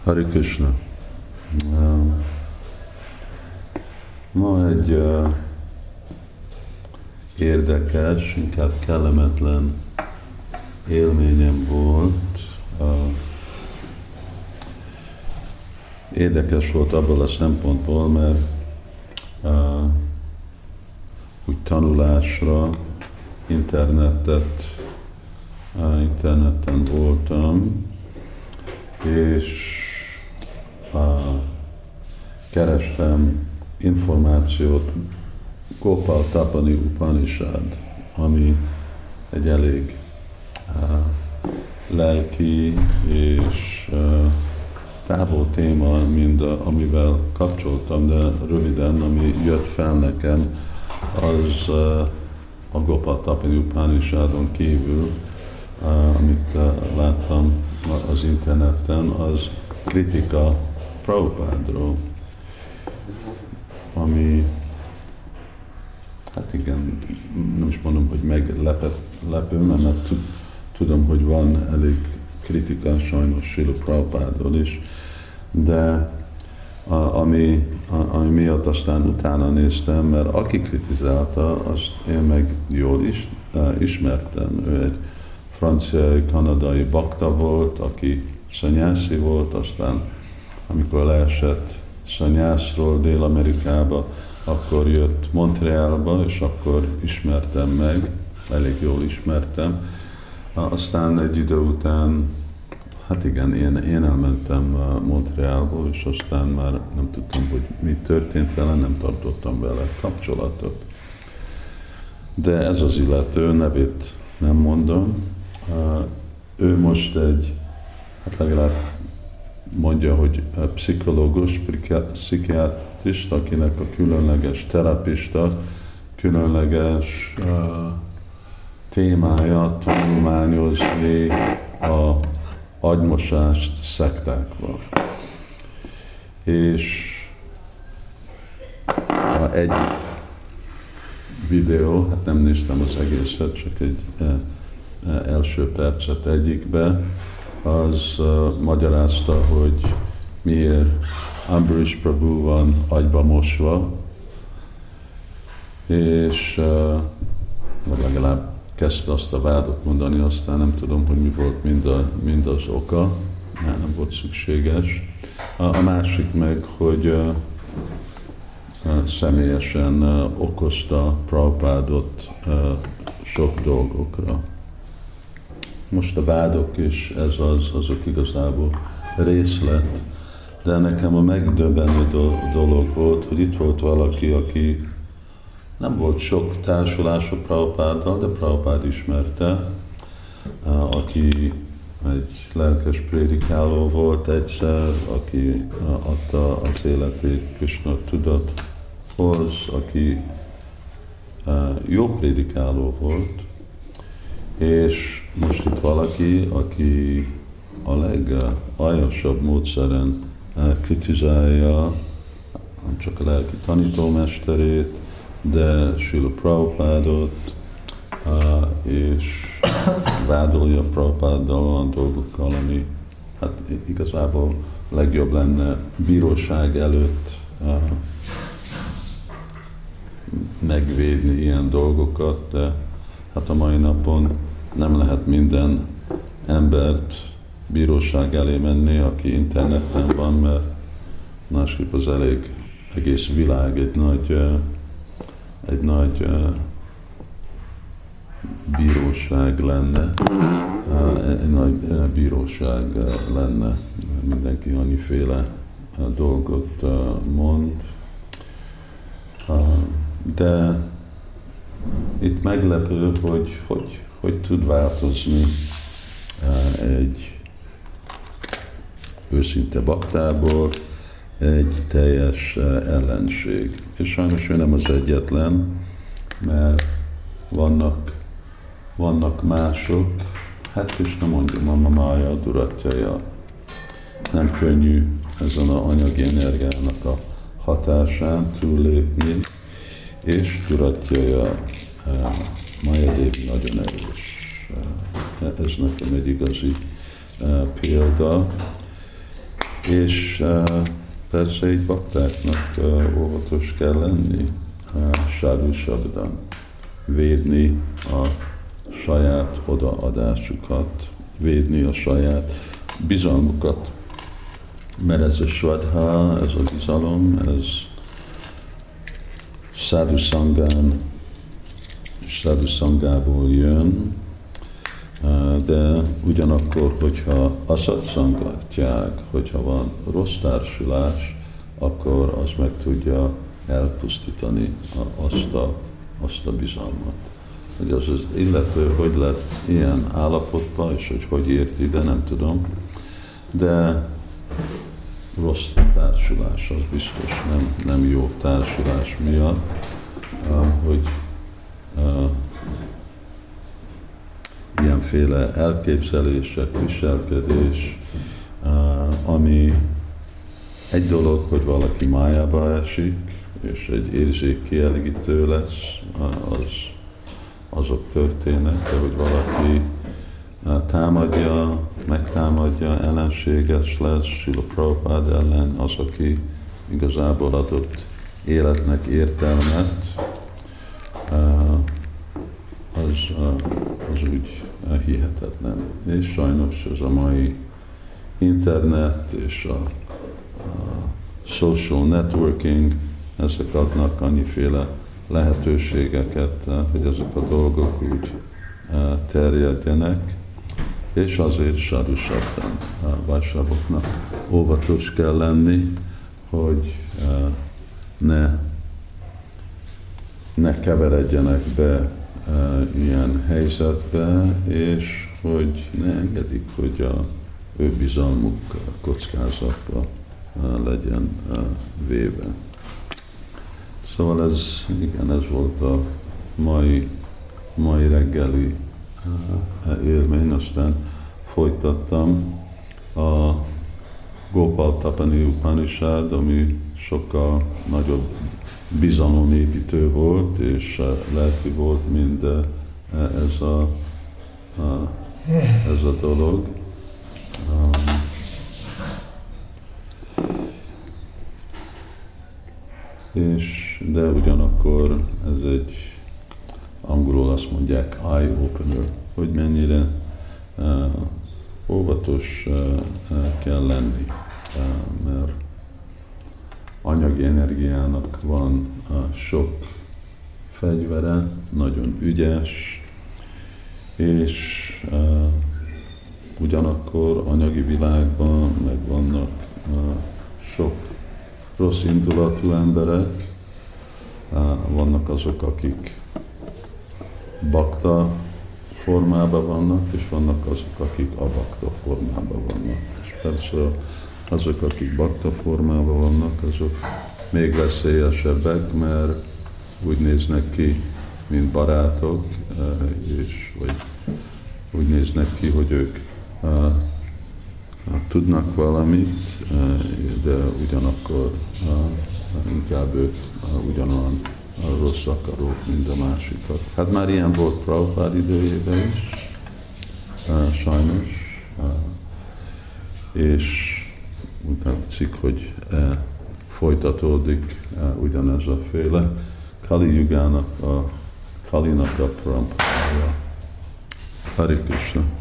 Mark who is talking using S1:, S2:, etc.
S1: Hare Krishna. Ma egy érdekes, inkább kellemetlen élményem volt. Érdekes volt abból a szempontból, mert úgy tanulásra interneten voltam, és kerestem információt Gopal Tapani Upanishad, ami egy elég lelki és távol téma, amivel kapcsoltam, de röviden, ami jött fel nekem, az a Gopal Tapani Upanishadon kívül, amit láttam az interneten, az kritika Prabhupádról, ami, hát igen, nem is mondom, hogy meglepő, mert tudom, hogy van elég kritika sajnos Srila Prabhupádról is, de ami miatt aztán utána néztem, mert aki kritizálta, azt én meg jól is ismertem. Ő egy francia-kanadai bakta volt, aki szanyászi volt, aztán amikor leesett szanyászról Dél-Amerikába, akkor jött Montrealba, és akkor ismertem meg, elég jól ismertem. Aztán egy idő után, hát igen, én elmentem Montrealba, és aztán már nem tudtam, hogy mi történt vele, nem tartottam vele kapcsolatot. De ez az illető, nevét nem mondom, ő most egy, hát legalább mondja, hogy pszichológus, pszichiátrista, akinek a különleges terapista, különleges témája tanulmányozni a agymosást szektákban. És egy videó, hát nem néztem az egészet, csak egy első percet egyikbe, az magyarázta, hogy miért Ambarish Prabhu van agyba mosva, és vagy legalább kezdte azt a vádat mondani, aztán nem tudom, hogy mi volt mind az oka, nem volt szükséges. A másik meg, hogy személyesen okozta Prabhupádot sok dolgokra. Most a vádok is, azok igazából részlet, de nekem a megdöbbenő dolog volt, hogy itt volt valaki, aki nem volt sok társulású Prabhupáddal, de Prabhupád ismerte, aki egy lelkes prédikáló volt egyszer, aki adta az életét Krishna tudathoz, aki jó prédikáló volt, és most itt valaki, aki a legaljasabb módszeren kritizálja nem csak a lelki tanítómesterét, de Srila Prabhupádot, és vádolja Prabhupáddal olyan dolgokkal, ami hát igazából legjobb lenne bíróság előtt megvédni ilyen dolgokat, de hát a mai napon nem lehet minden embert bíróság elé menni, aki interneten van, mert másképp az egész világ egy nagy bíróság lenne, mindenki annyiféle dolgot mond, de itt meglepő, hogy tud változni egy őszinte baktából egy teljes ellenség. És sajnos ő nem az egyetlen, mert vannak mások, hát és nem mondjam, a Mája, Duratjaja. Nem könnyű ezen az anyagi energiának a hatásán túllépni, és Duratjaja Maya Devi nagyon erős. Ez nekem egy igazi példa. És persze így baktáknak óvatos kell lenni, sádu sabdan, védni a saját odaadásukat, védni a saját bizalmukat. Mert ez a svadha, ez a bizalom, ez sadhu sangán, sadhu sangából jön, de ugyanakkor, hogyha asat sangatják, hogyha van rossz társulás, akkor az meg tudja elpusztítani azt a bizalmat. Hogy az illető, hogy lett ilyen állapotban, és hogy érti, de nem tudom. De rossz társulás, az biztos nem jó társulás miatt, hogy ilyenféle elképzelések, viselkedés, ami egy dolog, hogy valaki májába esik, és egy érzékkielégítő lesz, azok történnek, de hogy valaki támadja, megtámadja, ellenséges lesz, Srila Prabhupád ellen, az, aki igazából adott életnek értelmet, az úgy hihetetlen. És sajnos ez a mai internet és a social networking, ezek adnak annyiféle lehetőségeket, hogy ezek a dolgok úgy terjedjenek, és azért sadhu sabdan vajsnavoknak óvatos kell lenni, hogy ne keveredjenek be ilyen helyzetbe, és hogy ne engedik, hogy a ő bizalmuk kockázatba legyen véve. Szóval ez volt a mai reggeli élmény, aztán folytattam a Gopal Tapani Upanishad, ami sokkal nagyobb bizalomépítő volt, és lelki volt, mint ez a dolog. De ugyanakkor ez egy, angolul azt mondják, eye-opener, hogy mennyire óvatos kell lenni, mert anyagi energiának van sok fegyvere, nagyon ügyes, és ugyanakkor anyagi világban meg vannak sok rossz indulatú emberek, vannak azok, akik bakta formában vannak, és vannak azok, akik abakta formában vannak. És persze azok, akik bakta formában vannak, azok még veszélyesebbek, mert úgy néznek ki, mint barátok, és vagy úgy néznek ki, hogy ők tudnak valamit, de ugyanakkor inkább ők ugyanolyan rossz akarók, mint a másikat. Hát már ilyen volt Prabhupád idejében is, sajnos, és úgy látszik, hogy folytatódik ugyanez a féle Kali Yugának, a Kalinak a Parampája. Hare Krishna.